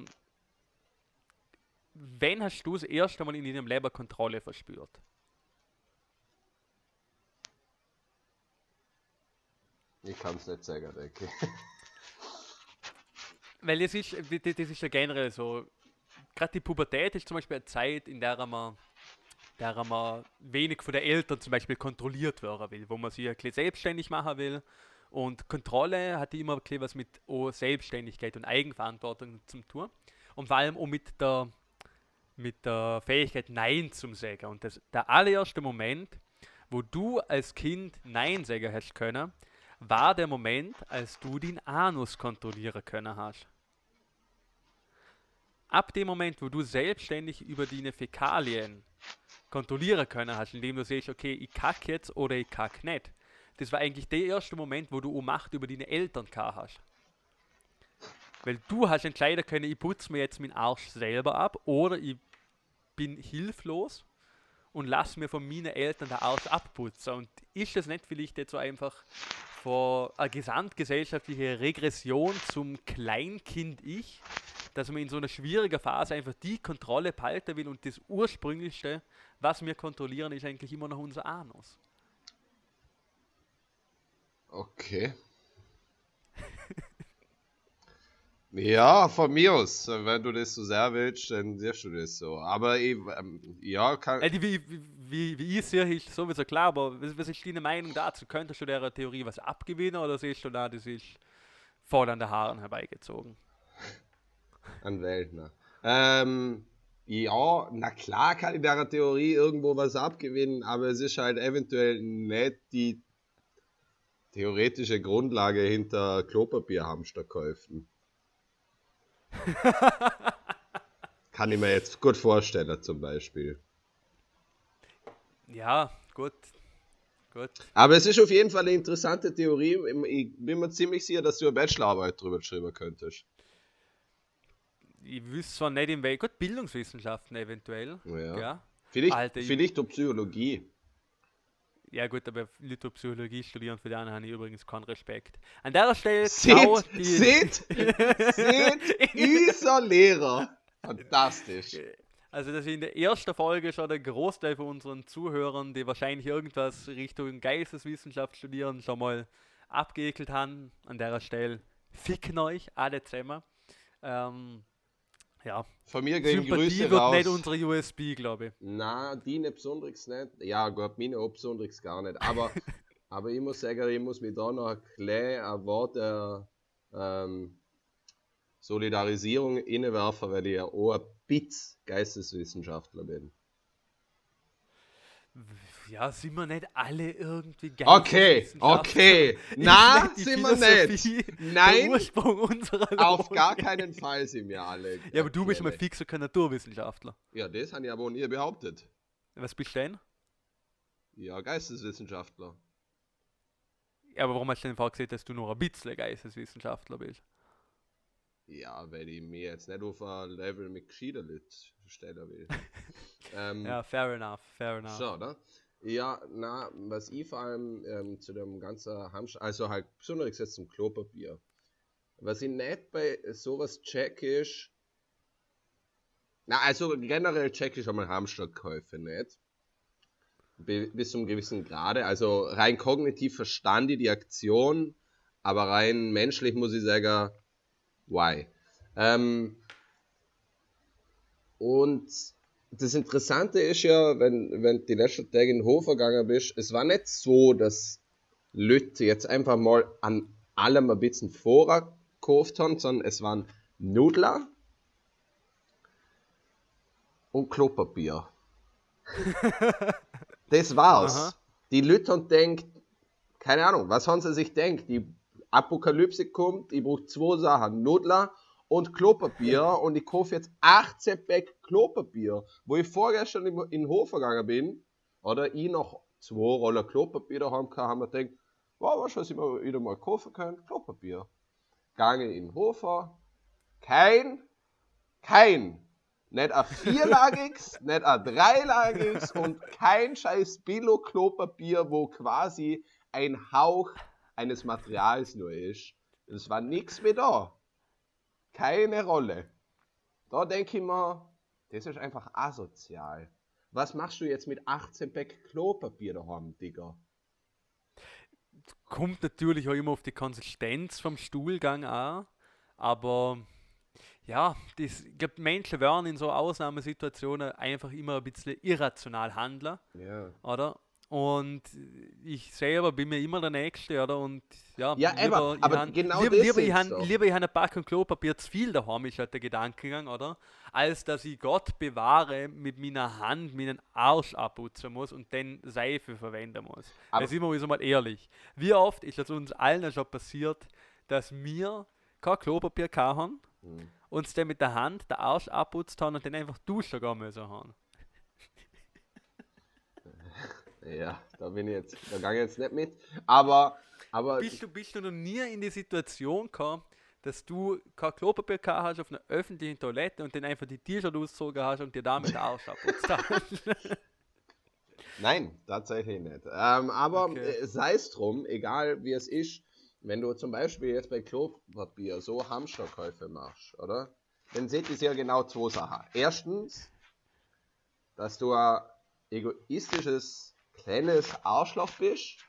wann hast du das erste Mal in deinem Leben Kontrolle verspürt? Ich kann es nicht sagen, denke ich. Weil es ist, das ist ja generell so, gerade die Pubertät ist zum Beispiel eine Zeit, in der man, der man wenig von den Eltern zum Beispiel kontrolliert werden will, wo man sich ein bisschen selbstständig machen will. Und Kontrolle hat immer ein bisschen was mit oh, Selbstständigkeit und Eigenverantwortung zu tun. Und vor allem auch mit der, mit der Fähigkeit, Nein zu sagen. Und das, der allererste Moment, wo du als Kind Nein sagen hast können, war der Moment, als du den Anus kontrollieren können hast. Ab dem Moment, wo du selbstständig über deine Fäkalien kontrollieren können hast, indem du siehst, okay, ich kacke jetzt oder ich kacke nicht. Das war eigentlich der erste Moment, wo du auch Macht über deine Eltern gehabt hast. Weil du hast entscheiden können, ich putze mir jetzt meinen Arsch selber ab oder ich bin hilflos und lass mir von meinen Eltern den Arsch abputzen. Und ist das nicht vielleicht jetzt so einfach von einer gesamtgesellschaftlichen Regression zum Kleinkind-Ich, dass man in so einer schwierigen Phase einfach die Kontrolle behalten will und das Ursprünglichste, was wir kontrollieren, ist eigentlich immer noch unser Anus. Okay. Ja, von mir aus. Wenn du das so sehr willst, dann siehst du das so. Aber ich, ähm, ja, kann... Äh, wie, wie, wie ich sehe, ist sowieso klar, aber was, was ist deine Meinung dazu? Könntest du der Theorie was abgewinnen oder siehst du da, das ist voll an den Haaren herbeigezogen? An Weltner. Ähm, ja, na klar kann ich der Theorie irgendwo was abgewinnen, aber es ist halt eventuell nicht die theoretische Grundlage hinter Klopapierhamsterkäufen. Kann ich mir jetzt gut vorstellen, zum Beispiel. Ja, gut. gut. Aber es ist auf jeden Fall eine interessante Theorie. Ich bin mir ziemlich sicher, dass du eine Bachelorarbeit drüber schreiben könntest. Ich wüsste zwar nicht in welchem, gut, Bildungswissenschaften eventuell. Ja. Ja. Vielleicht, Alter, vielleicht auch Psychologie. Ja gut, aber Leute, die Psychologie studieren, für die anderen habe ich übrigens keinen Respekt. An der Stelle Seht, die seht, seht, dieser Lehrer. Fantastisch. Also dass ich in der ersten Folge schon der Großteil von unseren Zuhörern, die wahrscheinlich irgendwas Richtung Geisteswissenschaft studieren, schon mal abgeekelt haben. An der Stelle ficken euch alle zusammen. Ähm, ja. Von mir gehen Sympathie Grüße wird raus. nicht unsere U S B, glaube ich. Na, die nicht besonders nicht. Ja, gut, meine auch besonders gar nicht. Aber, aber ich muss sagen, ich muss mich da noch ein kleines Wort der ähm, Solidarisierung innewerfen, weil ich ja auch ein bisschen Geisteswissenschaftler bin. Ja, sind wir nicht alle irgendwie Okay, okay. Na, nicht sind wir nicht. Nein, der Ursprung unserer auf Logik. gar keinen Fall sind wir alle. Ja, aber du bist mal Erkläre. fixer kein Naturwissenschaftler. Ja, das habe ich aber auch nie behauptet. Was bist du denn? Ja, Geisteswissenschaftler. Ja, aber warum hast du denn vorgesehen, dass du nur ein bisschen Geisteswissenschaftler bist? Ja, weil ich mir jetzt nicht auf ein Level mit gescheiter Leuten stellen will. ähm, Ja, fair enough, fair enough. So, oder? Ja, na, was ich vor allem ähm, zu dem ganzen Hamster, also halt besonders jetzt zum Klopapier. Was ich nicht bei sowas check ist, na, also generell check ich schon mal Hamsterkäufe nicht. Be- bis zum gewissen Grade. Also rein kognitiv verstand ich die Aktion, aber rein menschlich muss ich sagen, why? Ähm, und das Interessante ist ja, wenn, wenn du die letzten Tage in den Hof gegangen bist, es war nicht so, dass Leute jetzt einfach mal an allem ein bisschen Vorrat gekauft haben, sondern es waren Nudler und Klopapier. Das war's. Aha. Die Leute haben denkt, keine Ahnung, was haben sie sich denkt? Die Apokalypse kommt, ich brauche zwei Sachen, Nudler und Klopapier und ich kaufe jetzt achtzehn Päck Klopapier. Wo ich vorgestern in in den Hof gegangen bin, oder ich noch zwei Roller Klopapier daheim gehabt, haben wir gedacht, wow, was, was ich mir wieder mal kaufen kann? Klopapier. Gange in den Hof, kein, kein Nicht ein vierlagiges, nicht ein dreilagiges und kein scheiß Billo-Klopapier, wo quasi ein Hauch eines Materials nur ist. Es war nichts mehr da. Keine Rolle. Da denke ich mir, das ist einfach asozial. Was machst du jetzt mit achtzehn Päck Klopapier daheim, Digga? Kommt natürlich auch immer auf die Konsistenz vom Stuhlgang an, aber ja, das, ich glaube, Menschen werden in so Ausnahmesituationen einfach immer ein bisschen irrational handeln, Ja. oder? Und ich selber bin mir immer der Nächste, oder? Und ja, Ja, lieber, aber, ich aber han, genau lieber, das lieber, ich ist han, doch. lieber ich han eine Packung Klopapier zu viel daheim, ist halt der Gedankengang, oder? Als dass ich Gott bewahre, mit meiner Hand meinen Arsch abputzen muss und dann Seife verwenden muss. Aber- Weil sind wir uns mal ehrlich, wie oft ist es uns allen schon passiert, dass wir kein Klopapier gehabt haben, Hm. uns dann mit der Hand den Arsch abputzt haben und dann einfach duschen gehen müssen haben. Ja, da bin ich jetzt, da gang ich jetzt nicht mit. Aber, aber Bist du, bist du noch nie in die Situation gekommen, dass du kein Klopapier gehabt hast auf einer öffentlichen Toilette und dann einfach die T-Shirt ausgezogen hast und dir damit den Arsch abputzt hast? nein, tatsächlich nicht. Ähm, aber Okay. äh, sei es drum, egal wie es ist, wenn du zum Beispiel jetzt bei Klopapier so Hamsterkäufe machst, oder? Dann seht ihr ja genau zwei Sachen. Erstens, dass du ein egoistisches, kleines Arschloch bist.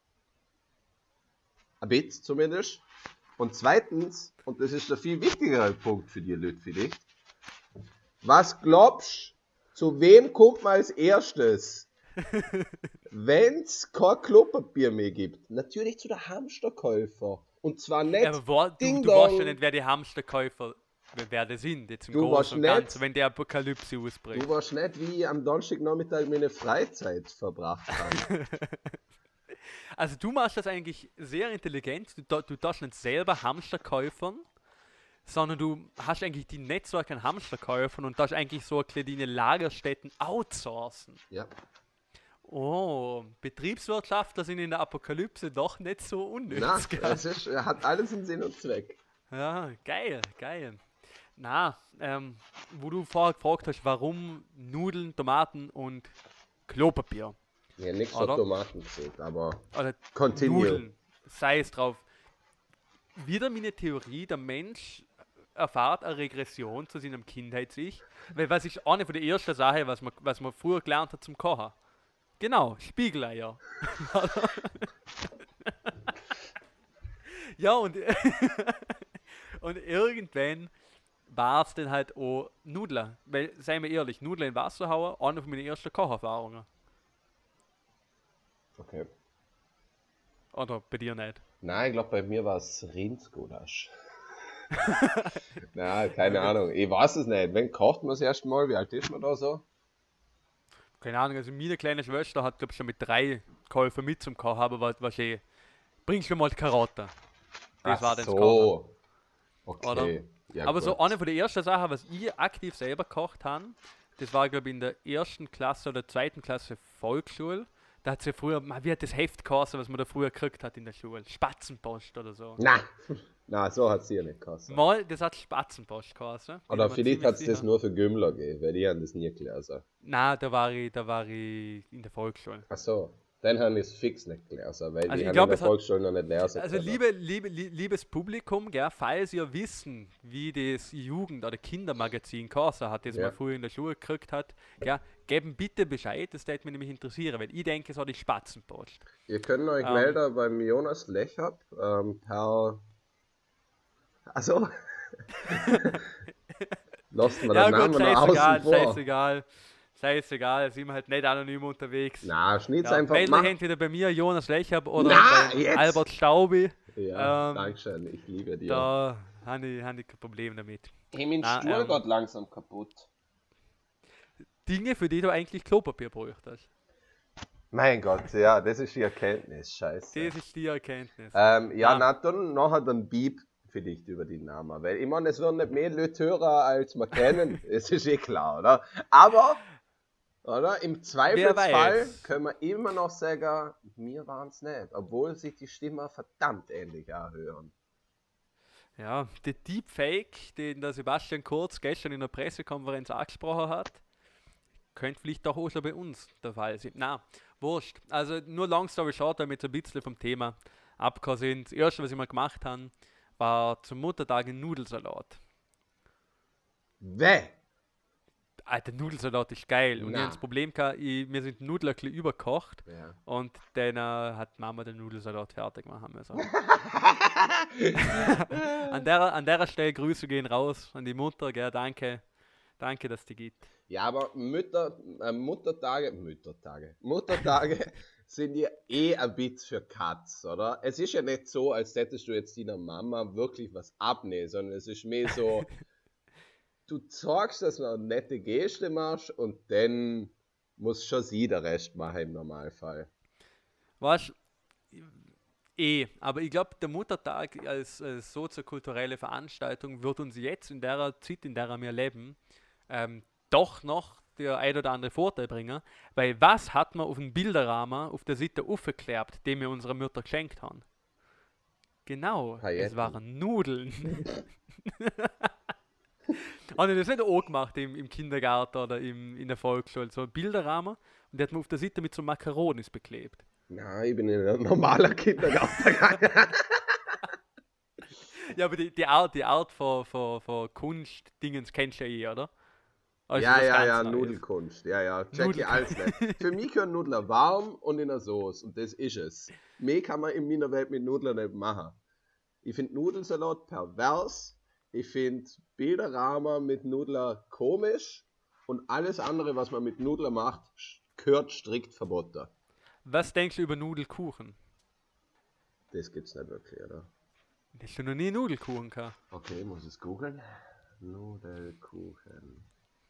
Ein bisschen zumindest. Und zweitens, und das ist der viel wichtigere Punkt für die Leute vielleicht, was glaubst du, zu wem kommt man als erstes, wenn es kein Klopapier mehr gibt? Natürlich zu der Hamsterkäufer. Und zwar nicht Ja, aber wo, du, Ding du weißt ja Dong. nicht, wer die Hamsterkäufer wer- wer das sind, jetzt im Du weißt Großen und nicht- Ganzen, wenn die Apokalypse ausbricht. Du weißt nicht, wie ich am Donnerstagnachmittag meine Freizeit verbracht habe. Also du machst das eigentlich sehr intelligent. Du, da- du darfst nicht selber Hamsterkäufern, sondern du hast eigentlich die Netzwerke an Hamsterkäufern und darfst eigentlich so kleine Lagerstätten outsourcen. Ja. Oh, Betriebswirtschaftler sind in der Apokalypse doch nicht so unnütz. Na, gell? es ist, er hat alles einen Sinn und Zweck. Ja, geil, geil. Na, ähm, wo du vorher gefragt hast, warum Nudeln, Tomaten und Klopapier. Ja, nichts auf Oder? Tomaten gezählt, aber Oder continue. Nudeln, sei es drauf. Wieder meine Theorie, der Mensch erfahrt eine Regression zu seinem Kindheits-Ich. Weil was ist eine von der ersten Sachen, was man, was man früher gelernt hat zum Kochen? Genau, Spiegeleier. Ja, und, und irgendwann war es dann halt auch Nudeln. Weil, seien wir ehrlich, Nudeln in Wasser hauen, eine von meinen ersten Kocherfahrungen. Okay. Oder bei dir nicht? Nein, ich glaube, bei mir war es Rindsgulasch. Na, keine Ahnung. Ich weiß es nicht. Wenn kocht man das erste Mal? Wie alt ist man da so? Keine Ahnung, also meine kleine Schwester hat, glaube ich, schon mit drei Käufen mit zum Kochen, aber was, was eh, bringst du mal die Karotten. Das Ach war dann das so. Oder? Okay. Ja, Aber gut. so eine von der ersten Sachen, was ich aktiv selber gekocht habe, das war, glaube ich, in der ersten Klasse oder zweiten Klasse Volksschule. Da hat sie ja früher, man, wie hat das Heft geheißen, was man da früher gekriegt hat in der Schule? Spatzenpost oder so. Na, na, so hat sie ja nicht geheißen. Mal, das hat Spatzenpost geheißen. Bin Oder mir vielleicht ziemlich hat es das sicher. nur für Gümmler gegeben, weil die haben das nie gelesen. Nein, da war ich, da war ich in der Volksschule. Ach so. Dann haben die es fix nicht gelesen, weil Also die ich haben glaub, in der es hat- Volksschule noch nicht lesen Also können. liebe, liebe, lie- liebes Publikum, gell, falls ihr wissen, wie das Jugend- oder Kindermagazin geheißen hat, das Ja. man früher in der Schule gekriegt hat, gell, geben bitte Bescheid, das würde mich nämlich interessieren, weil ich denke, es war die Spatzenpost. Ihr könnt euch Ähm. melden beim Jonas Lechab ähm, per. Achso. Lasst mal Ja den Namen gut, noch scheißegal, außen vor. scheißegal, scheißegal, sind wir halt nicht anonym unterwegs. Na, schnitt's Ja, einfach meldet mal. euch entweder bei mir, Jonas Lechab, oder Na, bei jetzt! Albert Staubi, Ja, Ähm, Dankeschön, ich liebe dir. da habe ich, hab ich kein Problem damit. Hey, mein Na, Stuhl ähm. geht langsam kaputt. Dinge, für die du eigentlich Klopapier bräuchtest. Mein Gott, ja, das ist die Erkenntnis, scheiße. Das ist die Erkenntnis. Ähm, ja, Ah. na, dann nachher dann Beep vielleicht über die Namen. Weil ich meine, es werden nicht mehr Leute hören, als wir kennen. Es ist eh klar, oder? Aber, oder? Im Zweifelsfall weiß. können wir immer noch sagen, wir waren es nicht. Obwohl sich die Stimmen verdammt ähnlich anhören. Ja, der Deepfake, den der Sebastian Kurz gestern in der Pressekonferenz angesprochen hat, könnte vielleicht auch schon bei uns der Fall sein. Na, wurscht. Also nur long story short, damit wir ein bisschen vom Thema abgekommen sind. Das erste, was ich mal gemacht habe, war zum Muttertag ein Nudelsalat. Weh! Alter, Nudelsalat ist geil. Und ich Na. habe das Problem gehabt, ich, mir sind die Nudeln ein bisschen überkocht Ja. und dann äh, hat Mama den Nudelsalat fertig machen müssen. an, der, an der Stelle Grüße gehen raus an die Mutter, gell, danke. Danke, dass die gibt. Ja, aber Mütter, äh, Muttertage, Müttertage, Muttertage sind ja eh ein bisschen für Katz, oder? Es ist ja nicht so, als hättest du jetzt deiner Mama wirklich was abnehmen, sondern es ist mehr so, du zeigst, dass du eine nette Geste machst und dann muss schon sie den Rest machen im Normalfall. Weißt eh, aber ich glaube, der Muttertag als, als soziokulturelle Veranstaltung wird uns jetzt in der Zeit, in der wir leben, ähm, doch noch der ein oder andere Vorteil bringen, weil was hat man auf dem Bilderrahmen auf der Seite aufgeklärt, den wir unserer Mütter geschenkt haben? Genau, Pailletten. es waren Nudeln. Habe ich das nicht auch gemacht im, im Kindergarten oder im, in der Volksschule, so ein Bilderrahmen und der hat man auf der Seite mit so Macaronis beklebt. Nein, ich bin in einen normalen Kindergarten gegangen. Ja, aber die, die Art, die Art von, von, von Kunst-Dingens kennst du ja eh, oder? Oder ist Ja, das ja, ganz ja, Neues? Nudelkunst. Ja, ja, check ich Nudelkunst. alles nicht. Für mich können Nudler warm und in der Soße und das ist es. Mehr kann man in meiner Welt mit Nudeln nicht machen. Ich finde Nudelsalat pervers. Ich finde Bilderrahmen mit Nudeln komisch. Und alles andere, was man mit Nudeln macht, gehört strikt verboten. Was denkst du über Nudelkuchen? Das gibt's nicht wirklich, oder? Hast du noch nie Nudelkuchen gehabt? Okay, muss ich es googeln. Nudelkuchen.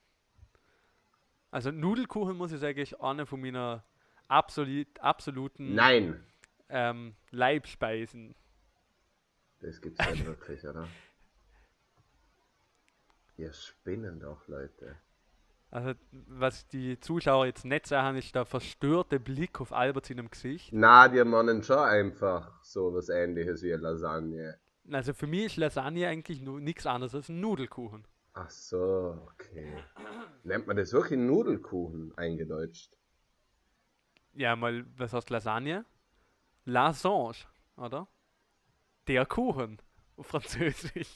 Also Nudelkuchen, muss ich sagen, ist eine von meiner absolut, absoluten Nein! ähm, Leibspeisen. Das gibt's nicht wirklich, oder? Ihr spinnen doch, Leute. Also was die Zuschauer jetzt nicht sehen, ist der verstörte Blick auf Albert in dem Gesicht. Na, die meinen schon einfach so was ähnliches wie Lasagne. Also für mich ist Lasagne eigentlich nur nichts anderes als ein Nudelkuchen. Ach so, okay. Nennt man das wirklich Nudelkuchen eingedeutscht? Ja, mal, was heißt Lasagne? Lasange, oder? Der Kuchen, auf Französisch.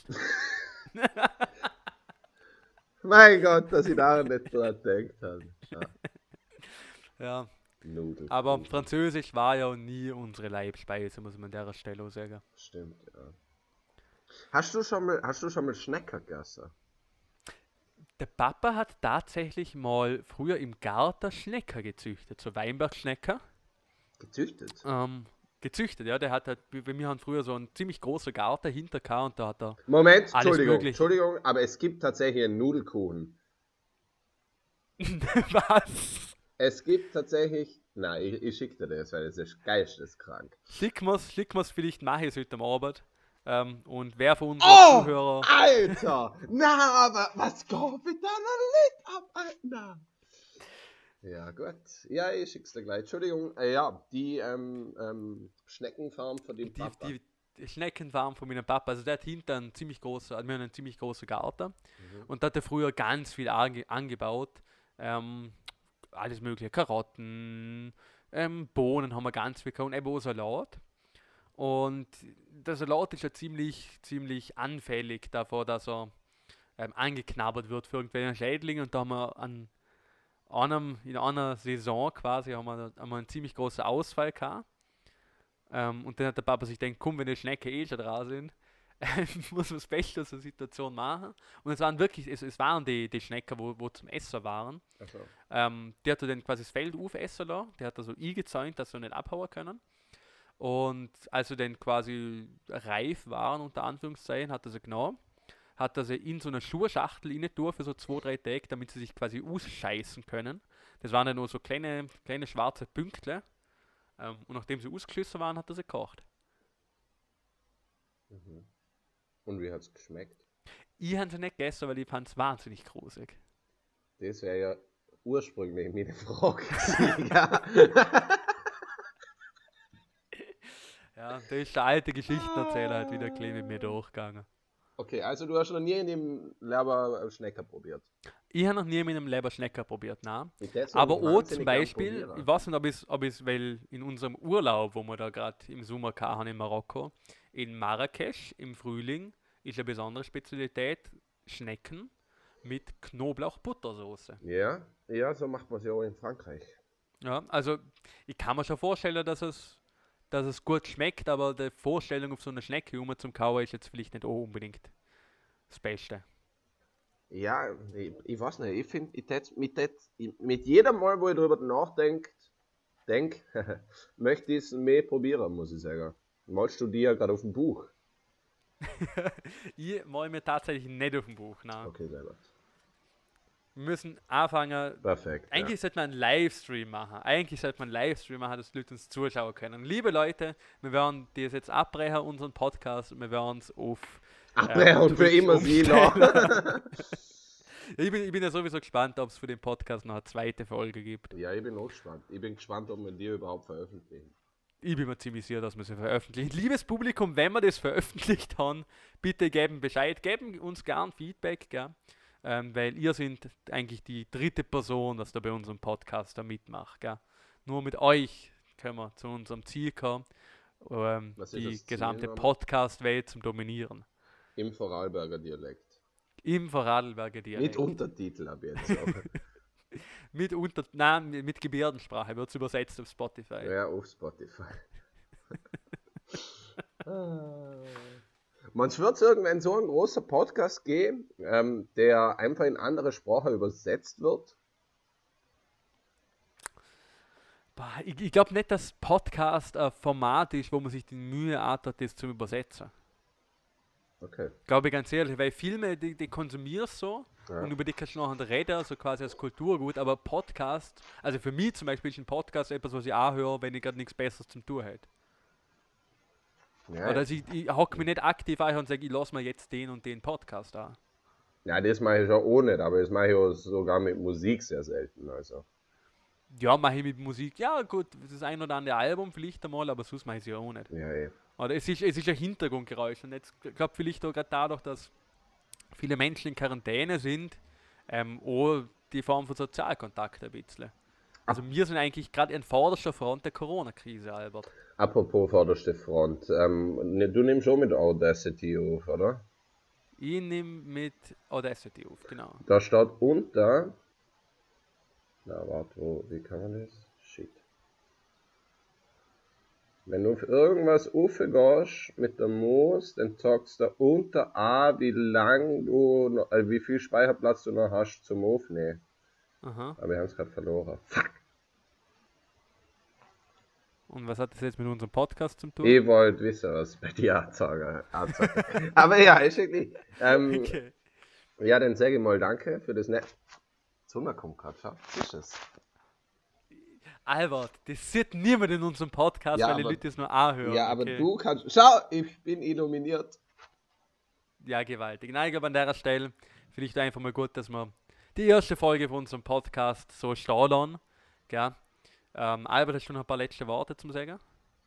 Mein Gott, dass ich da nicht dran gedacht habe. Ja. Ja, Nudelkuchen. aber Französisch war ja nie unsere Leibspeise, muss man an der Stelle auch sagen. Stimmt, ja. Hast du schon mal, hast du schon mal Schnecker gegessen? Der Papa hat tatsächlich mal früher im Garten Schnecker gezüchtet, so Weinbergschnecker. Gezüchtet? Ähm, gezüchtet, ja, der hat halt, wir wir haben früher so einen ziemlich großen Garten hinter gehabt und da hat er Moment, alles Entschuldigung, Mögliche. Entschuldigung, aber es gibt tatsächlich einen Nudelkuchen. Was? Es gibt tatsächlich, nein, ich, ich schicke dir das, weil das ist geisteskrank. Schick mir's, schick mir's, vielleicht mache ich es heute am Abend. Ähm, und wer von unseren Oh, Zuhörer... Alter! Na, aber was geht mit deiner Lit ab, Alter? Ja, gut. Ja, ich schick's dir gleich. Entschuldigung, äh, ja, die ähm, ähm, Schneckenfarm von dem Die, Papa. die, die Schneckenfarm von meinem Papa, also der hat hinter einen ziemlich großen, wir haben einen ziemlich großen Garten Mhm. und da hat er früher ganz viel ange, angebaut. Ähm, alles mögliche, Karotten, ähm, Bohnen haben wir ganz viel gehabt und eben auch Salat. Und der Salat ist ja ziemlich, ziemlich anfällig davor, dass er ähm, angeknabbert wird für irgendwelche Schädlinge. Und da haben wir an einem, in einer Saison quasi haben wir, haben wir einen ziemlich großen Ausfall gehabt. Ähm, und dann hat der Papa sich gedacht, komm, wenn die Schnecke eh schon dran sind, muss man das Beste aus der Situation machen. Und es waren wirklich, es, es waren die, die Schnecken, wo, wo zum Essen waren. Ach so. Ähm, der hat dann quasi das Feld aufessen lassen, der hat da so eingezäunt, dass sie nicht abhauen können. Und als sie dann quasi reif waren, unter Anführungszeichen, hat er sie genommen, hat er sie in so eine Schuhschachtel rein tun für so zwei, drei Tage, damit sie sich quasi ausscheißen können. Das waren dann nur so kleine, kleine schwarze Pünktchen. Ähm, und nachdem sie ausgeschissen waren, hat er sie gekocht. Mhm. Und wie hat's geschmeckt? Ich habe sie nicht gegessen, weil ich fand es wahnsinnig gruselig. Das wäre ja ursprünglich meine Frage gewesen, ja. Ja, da ist der alte Geschichtenerzähler halt wieder ein bisschen mit mir durchgegangen. Okay, also du hast noch nie in dem Leber Schnecker probiert. Ich habe noch nie mit einem Leberschnecker probiert, nein. Ich hätte so Aber auch zum wahnsinnig gern Beispiel, probieren. ich weiß nicht, ob es, ob es, weil in unserem Urlaub, wo wir da gerade im Sommer haben in Marokko, in Marrakesch im Frühling, ist eine besondere Spezialität Schnecken mit Knoblauch-Buttersoße. Ja, ja, so macht man es ja auch in Frankreich. Ja, also ich kann mir schon vorstellen, dass es, dass es gut schmeckt, aber die Vorstellung auf so eine Schnecke um zum Kauen ist jetzt vielleicht nicht auch unbedingt das Beste. Ja, ich, ich weiß nicht, ich finde, ich tät, mit, tät, mit jedem Mal, wo ich darüber nachdenke, denk, möchte ich es mehr probieren, muss ich sagen. Mal studiere gerade auf dem Buch. Ich mal mir tatsächlich nicht auf dem Buch. Nein. Okay, sehr gut. Wir müssen anfangen. Perfekt. Eigentlich Ja. sollte man einen Livestream machen. Eigentlich sollte man einen Livestream machen, dass die Leute uns zuschauen können. Liebe Leute, wir werden das jetzt abbrechen, unseren Podcast, und wir werden es auf Abbrechen und für Twitch immer sie umstellen. lachen. ich, bin, ich bin ja sowieso gespannt, ob es für den Podcast noch eine zweite Folge gibt. Ja, ich bin auch gespannt. Ich bin gespannt, ob wir die überhaupt veröffentlichen. Ich bin mir ziemlich sicher, dass wir sie veröffentlichen. Liebes Publikum, wenn wir das veröffentlicht haben, bitte geben Bescheid, geben uns gern Feedback, gell? Ähm, weil ihr sind eigentlich die dritte Person, was da bei unserem Podcast da mitmacht. Gell? Nur mit euch können wir zu unserem Ziel kommen, ähm, Was ist die das Ziel gesamte nochmal? Podcast-Welt zum Dominieren. Im Vorarlberger Dialekt. Im Vorarlberger Mit Dialekt. Untertitel ab jetzt auch. Mit, unter, nein, mit mit Gebärdensprache wird es übersetzt auf Spotify. Ja, auf Spotify. Man wird es irgendwann so ein großer Podcast geben, ähm, der einfach in andere Sprache übersetzt wird. Boah, ich ich glaube nicht, dass Podcast ein Format ist, wo man sich die Mühe hat, das zu übersetzen. Okay. Glaube ich ganz ehrlich, weil Filme, die, die konsumierst so Ja. und über die kannst du nachher reden, so quasi als Kulturgut, aber Podcast, also für mich zum Beispiel ist ein Podcast etwas, was ich auch höre, wenn ich gerade nichts Besseres zum tun hätte. Ja, Oder also ich, ich hocke mich nicht aktiv ein und sage, ich lasse mir jetzt den und den Podcast an. ja, das mache ich auch ohne, aber das mache ich auch sogar mit Musik sehr selten. Also. Ja, mache ich mit Musik, ja gut, das ist ein oder andere Album vielleicht einmal, aber sonst mache ich es ja auch nicht. Ja, eh. Oder es ist, es ist ein Hintergrundgeräusch und jetzt, ich glaube vielleicht auch gerade dadurch, dass viele Menschen in Quarantäne sind, ähm, auch die Form von Sozialkontakt ein bisschen. Also wir sind eigentlich gerade an vorderster Front der Corona-Krise, Albert. Apropos vorderste Front, ähm, ne, du nimmst schon mit Audacity auf, oder? Ich nehme mit Audacity auf, genau. Da steht unter. Na, warte, wo, wie kann man das? Shit. Wenn du auf irgendwas aufgehst mit der Maus, dann sagst du unter A, wie lang du, noch, äh, wie viel Speicherplatz du noch hast zum Aufnehmen. Aha. Aber wir haben es gerade verloren. Fuck. Und was hat das jetzt mit unserem Podcast zu tun? Ich wollte wissen, was bei dir anzeigen. anzeigen. Aber ja, ist wirklich. Ähm, Okay. Ja, dann sage ich mal danke für das nette. Sonne kommt gerade, schau. Was ist das? Albert, das sieht niemand in unserem Podcast, Ja, weil die aber- Leute das nur anhören. Ja, aber okay? du kannst. Schau, ich bin illuminiert. Ja, gewaltig. Nein, ich glaube an der Stelle vielleicht einfach mal gut, dass wir die erste Folge von unserem Podcast so starten. Gell? Ähm, Albert, hast du noch ein paar letzte Worte zum Sagen?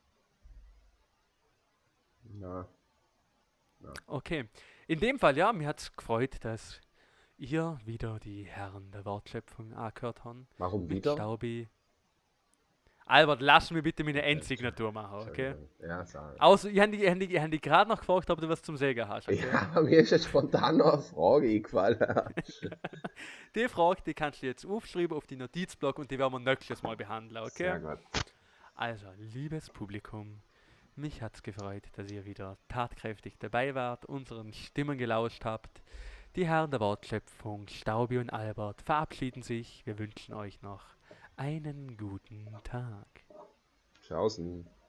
Ja. Okay. In dem Fall, ja, mir hat es gefreut, dass ihr wieder die Herren der Wortschöpfung angehört habt. Warum Mit wieder? Staubi. Albert, lass mir bitte meine Endsignatur machen, okay? Ja, sag. Außer, ich habe dich, ich hab dich, ich hab dich gerade noch gefragt, ob du was zum Sagen hast, okay? Ja, aber mir ist jetzt spontan noch eine Frage eingefallen. Die Frage, die kannst du jetzt aufschreiben auf die Notizblock und die werden wir nächstes Mal behandeln, Sehr okay? gut. Also, liebes Publikum, mich hat's gefreut, dass ihr wieder tatkräftig dabei wart, unseren Stimmen gelauscht habt. Die Herren der Wortschöpfung, Staubi und Albert, verabschieden sich. Wir wünschen euch noch einen guten Tag. Tschaußen.